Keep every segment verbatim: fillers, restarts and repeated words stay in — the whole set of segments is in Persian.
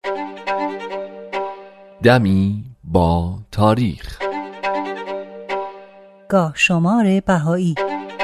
دمی با تاریخ. گاه شمار بهایی.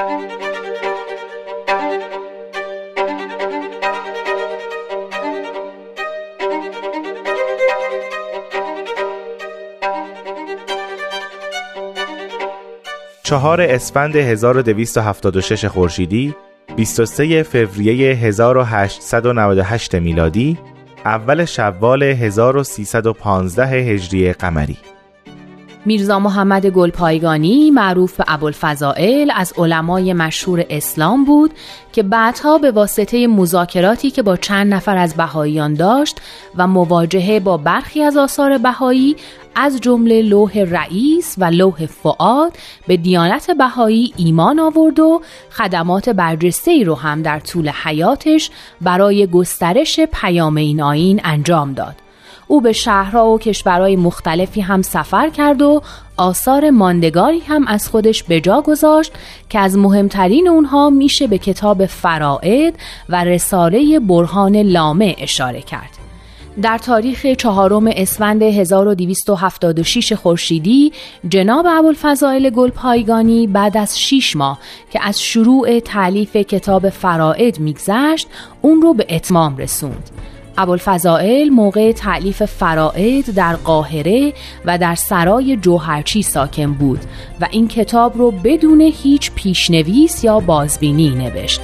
چهار اسفند هزار و دویست و هفتاد و شش خورشیدی، بیست و سه فوریه هزار و هشتصد و نود و هشت میلادی، اول شوال هزار و سیصد و پانزده هجری قمری. میرزا محمد گلپایگانی معروف به ابوالفضائل از علمای مشهور اسلام بود که بعدها به واسطه مذاکراتی که با چند نفر از بهاییان داشت و مواجهه با برخی از آثار بهایی از جمله لوح رئیس و لوح فؤاد به دیانت بهایی ایمان آورد و خدمات برجسته‌ای رو هم در طول حیاتش برای گسترش پیام این آیین انجام داد. او به شهرها و کشورهای مختلفی هم سفر کرد و آثار ماندگاری هم از خودش به جا گذاشت که از مهمترین اونها میشه به کتاب فرائد و رساله برهان لامع اشاره کرد. در تاریخ چهارم اسفند هزار و دویست و هفتاد و شش خورشیدی جناب ابوالفضائل گلپایگانی بعد از شش ماه که از شروع تالیف کتاب فرائد میگذشت اون رو به اتمام رسوند. ابوالفضائل موقع تألیف فرائد در قاهره و در سرای جوهرچی ساکن بود و این کتاب رو بدون هیچ پیشنویس یا بازبینی نوشت.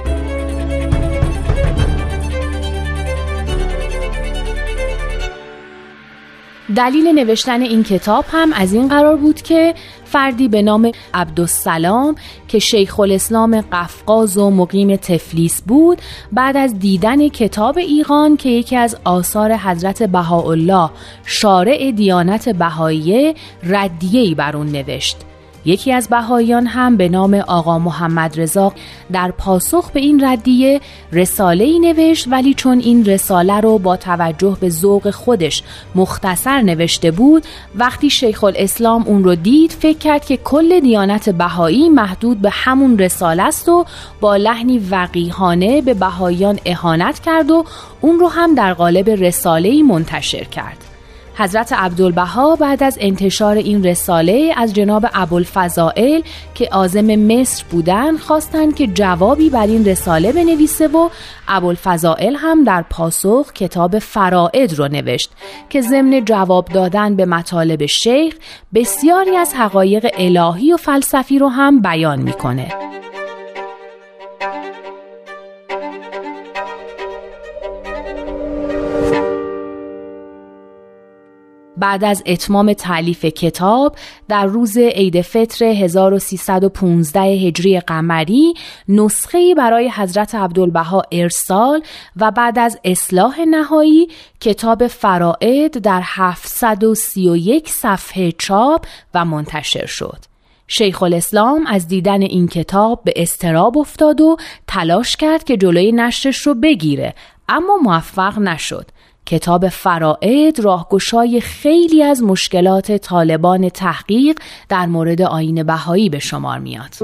دلیل نوشتن این کتاب هم از این قرار بود که فردی به نام عبدالسلام که شیخ الاسلام قفقاز و مقیم تفلیس بود بعد از دیدن کتاب ایقان که یکی از آثار حضرت بهاءالله شارع دیانت بهاییه ردیه‌ای بر اون نوشت. یکی از بهاییان هم به نام آقا محمد رضا در پاسخ به این ردیه رساله‌ای نوشت، ولی چون این رساله رو با توجه به ذوق خودش مختصر نوشته بود، وقتی شیخ الاسلام اون رو دید فکر کرد که کل دیانت بهایی محدود به همون رساله است و با لحنی وقیحانه به بهاییان اهانت کرد و اون رو هم در قالب رساله‌ای منتشر کرد. حضرت عبدالبها بعد از انتشار این رساله از جناب ابوالفضائل که عازم مصر بودند خواستند که جوابی بر این رساله بنویسه و ابوالفضائل هم در پاسخ کتاب فرائد رو نوشت که ضمن جواب دادن به مطالب شیخ بسیاری از حقایق الهی و فلسفی رو هم بیان میکنه. بعد از اتمام تالیف کتاب در روز عید فطر هزار و سیصد و پانزده هجری قمری نسخه‌ای برای حضرت عبدالبها ارسال و بعد از اصلاح نهایی کتاب فرائد در هفتصد و سی و یک صفحه چاپ و منتشر شد. شیخ الاسلام از دیدن این کتاب به اضطراب افتاد و تلاش کرد که جلوی نشرش رو بگیره، اما موفق نشد. کتاب فرائد راهگشای خیلی از مشکلات طالبان تحقیق در مورد آیین بهایی به شمار میاد.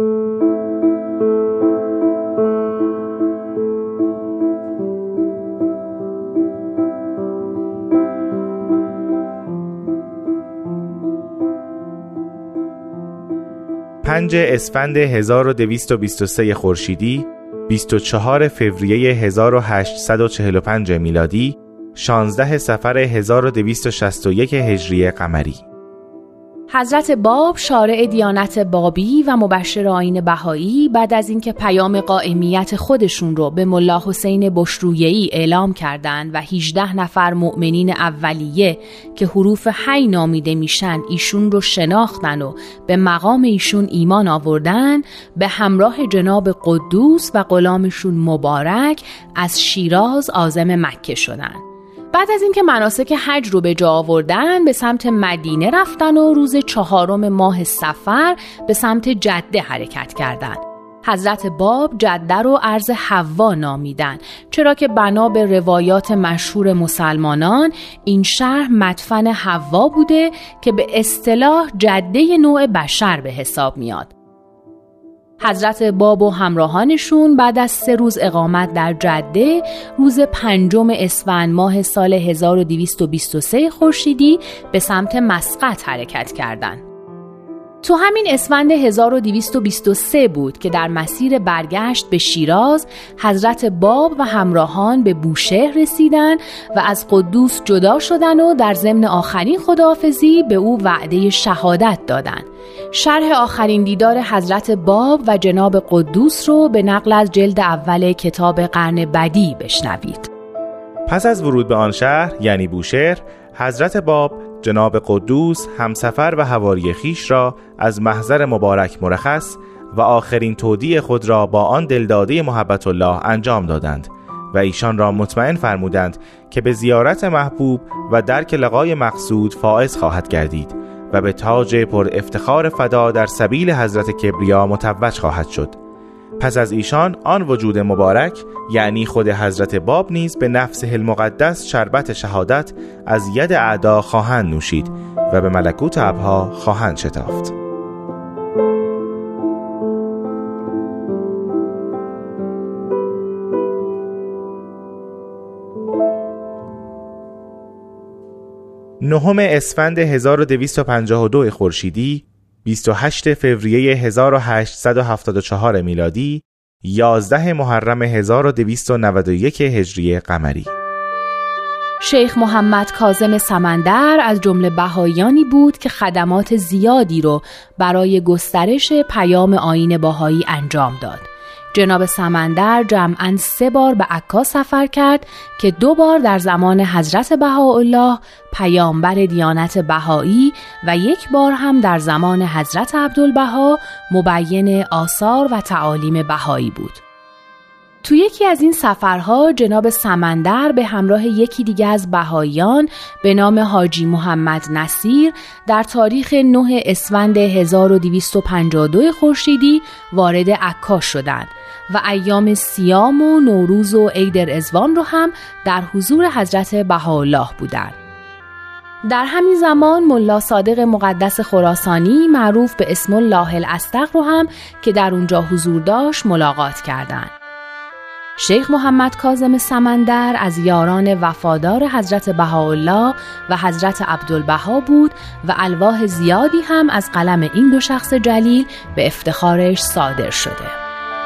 پنج اسفند هزار و دویست و بیست و سه خورشیدی، بیست و چهار فوریه هزار و هشتصد و چهل و پنج میلادی، شانزده صفر هزار و دویست و شصت و یک هجری قمری. حضرت باب شارع دیانت بابی و مبشر آیین بهایی بعد از اینکه پیام قائمیت خودشون رو به ملا حسین بشرویه‌ای اعلام کردند و هجده نفر مؤمنین اولیه که حروف حی نامیده میشن ایشون رو شناختن و به مقام ایشون ایمان آوردن، به همراه جناب قدوس و غلامشون مبارک از شیراز عازم مکه شدن. بعد از اینکه مناسک حج رو به جا آوردن به سمت مدینه رفتن و روز چهارم ماه صفر به سمت جده حرکت کردند. حضرت باب جده رو ارض حوا نامیدن، چرا که بنا به روایات مشهور مسلمانان این شهر مدفن حوا بوده که به اصطلاح جده نوع بشر به حساب میاد. حضرت باب و همراهانشون بعد از سه روز اقامت در جده روز پنجم اسفند ماه سال هزار و دویست و بیست و سه خورشیدی به سمت مسقط حرکت کردند. تو همین اسفند هزار و دویست و بیست و سه بود که در مسیر برگشت به شیراز حضرت باب و همراهان به بوشهر رسیدن و از قدوس جدا شدن و در ضمن آخرین خداحافظی به او وعده شهادت دادند. شرح آخرین دیدار حضرت باب و جناب قدوس رو به نقل از جلد اول کتاب قرن بدیع بشنوید. پس از ورود به آن شهر یعنی بوشهر، حضرت باب جناب قدوس همسفر و حواری خیش را از محضر مبارک مرخص و آخرین تودیع خود را با آن دلداده محبت الله انجام دادند و ایشان را مطمئن فرمودند که به زیارت محبوب و درک لقای مقصود فائز خواهد گردید و به تاج پر افتخار فدا در سبیل حضرت کبریا متوج خواهد شد. پس از ایشان آن وجود مبارک یعنی خود حضرت باب نیز به نفسه المقدس شربت شهادت از ید اعدا خواهند نوشید و به ملکوت ابها خواهند شتافت. نهم اسفند هزار و دویست و پنجاه و دو خورشیدی، بیست و هشتم فوریه هزار و هشتصد و هفتاد و چهار میلادی، یازدهم محرم هزار و دویست و نود و یک هجری قمری. شیخ محمد کاظم سمندر از جمله بهائیانی بود که خدمات زیادی رو برای گسترش پیام آیین بهایی انجام داد. جناب سمندر جمعاً سه بار به عکا سفر کرد که دو بار در زمان حضرت بهاءالله پیامبر دیانت بهایی و یک بار هم در زمان حضرت عبدالبها مبین آثار و تعالیم بهایی بود. تو یکی از این سفرها جناب سمندر به همراه یکی دیگه از بهائیان به نام حاجی محمد نصیر در تاریخ نه اسفند هزار و دویست و پنجاه و دو خورشیدی وارد عکا شدند و ایام صیام و نوروز و عید رضوان رو هم در حضور حضرت بهاءالله بودند. در همین زمان ملا صادق مقدس خراسانی معروف به اسم الله الاصدق رو هم که در اونجا حضور داشت ملاقات کردند. شیخ محمد کاظم سمندر از یاران وفادار حضرت بهاءالله و حضرت عبدالبها بود و الواح زیادی هم از قلم این دو شخص جلیل به افتخارش صادر شده.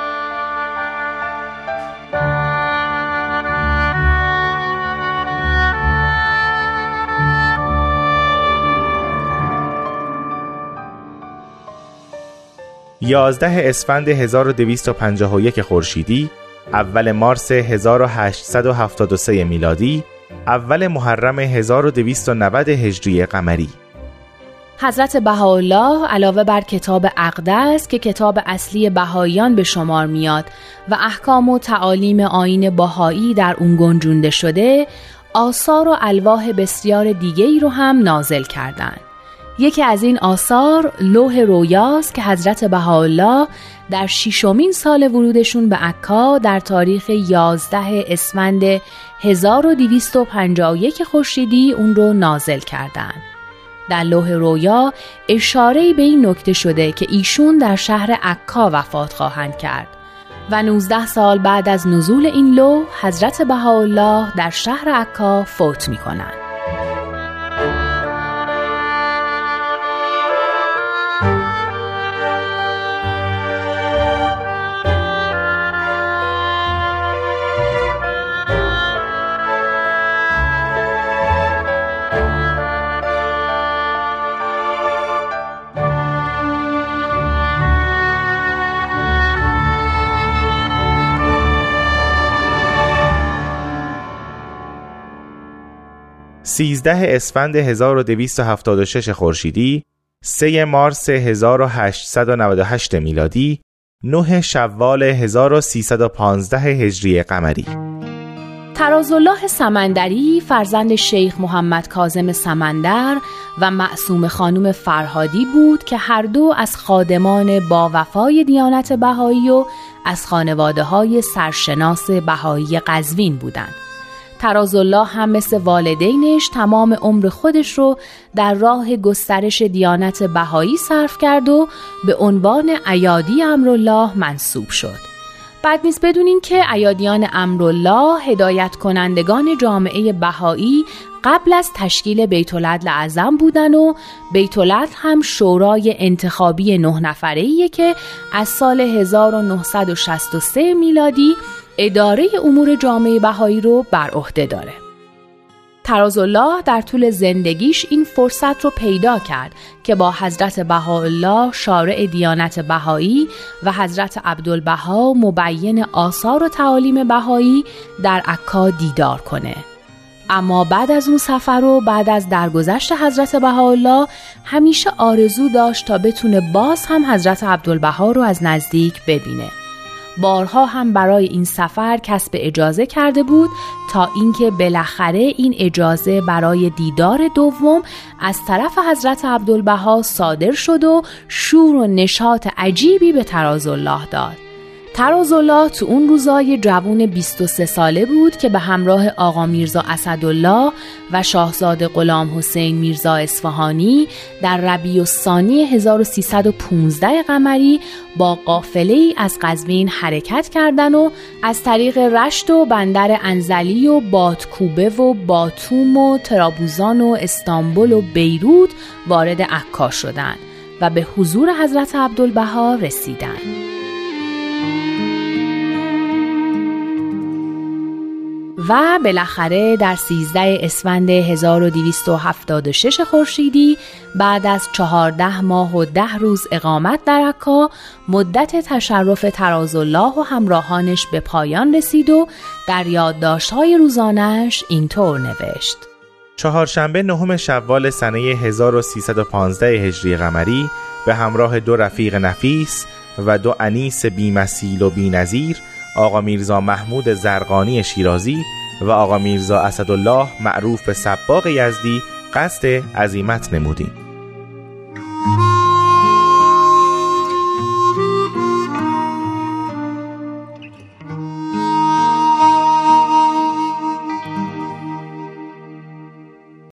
یازده اسفند هزار و دویست و پنجاه و یک خورشیدی، اول مارس هزار و هشتصد و هفتاد و سه میلادی، اول محرم هزار و دویست و نود هجری قمری. حضرت بهاءالله علاوه بر کتاب اقدس که کتاب اصلی بهائیان به شمار میاد و احکام و تعالیم آیین بهایی در اون گنجونده شده، آثار و الواح بسیار دیگه‌ای رو هم نازل کردند. یکی از این آثار لوح رویاست که حضرت بهاءالله در ششمین سال ورودشون به عکا در تاریخ یازده اسفند هزار و دویست و پنجاه و یک خورشیدی اون رو نازل کردند. در لوح رویا اشاره‌ای به این نکته شده که ایشون در شهر عکا وفات خواهند کرد و نوزده سال بعد از نزول این لوح حضرت بهاءالله در شهر عکا فوت می‌کنند. سیزده اسفند هزار و دویست و هفتاد و شش خورشیدی، سه مارس هزار و هشتصد و نود و هشت میلادی، نه شوال هزار و سیصد و پانزده هجری قمری. طرازالله سمندری فرزند شیخ محمد کاظم سمندر و معصوم خانم فرهادی بود که هر دو از خادمان با وفای دیانت بهایی و از خانواده های سرشناس بهایی قزوین بودند. طرازالله هم مثل والدینش تمام عمر خودش رو در راه گسترش دیانت بهایی صرف کرد و به عنوان ایادی امرالله منصوب شد. بد نیست بدونین که ایادیان امرالله هدایت کنندگان جامعه بهایی قبل از تشکیل بیت العدل اعظم بودن و بیت العدل هم شورای انتخابی نه نفره‌ایه که از سال هزار و نهصد و شصت و سه میلادی اداره امور جامعه بهایی رو بر عهده داره. طرازالله در طول زندگیش این فرصت رو پیدا کرد که با حضرت بهاءالله شارع دیانت بهایی و حضرت عبدالبها مبین آثار و تعالیم بهایی در عکا دیدار کنه. اما بعد از اون سفر و بعد از درگذشت حضرت بهاءالله همیشه آرزو داشت تا بتونه باز هم حضرت عبدالبها رو از نزدیک ببینه. بارها هم برای این سفر کسب اجازه کرده بود تا اینکه بالاخره این اجازه برای دیدار دوم از طرف حضرت عبدالبها صادر شد و شور و نشاط عجیبی به طرازالله داد. طرازالله تو اون روزای جوون بیست و سه ساله بود که به همراه آقا میرزا اسدالله و شاهزاده غلام حسین میرزا اصفهانی در ربیع الثانی هزار و سیصد و پانزده قمری با قافله‌ای از قزوین حرکت کردند و از طریق رشت و بندر انزلی و بادکوبه و باتوم و ترابوزان و استانبول و بیروت وارد عکا شدند و به حضور حضرت عبدالبها رسیدند. و بالاخره در سیزده اسفند هزار و دویست و هفتاد و شش خورشیدی بعد از چهارده ماه و ده روز اقامت در عکا مدت تشرف طرازالله و همراهانش به پایان رسید و در یادداشت‌های روزانه‌اش اینطور نوشت: چهارشنبه نهم شوال سنه هزار و سیصد و پانزده هجری قمری به همراه دو رفیق نفیس و دو انیس بی‌مثیل و بی‌نظیر، آقا میرزا محمود زرقانی شیرازی و آقا میرزا اسدالله معروف به سباق یزدی قصد عزیمت نمودیم.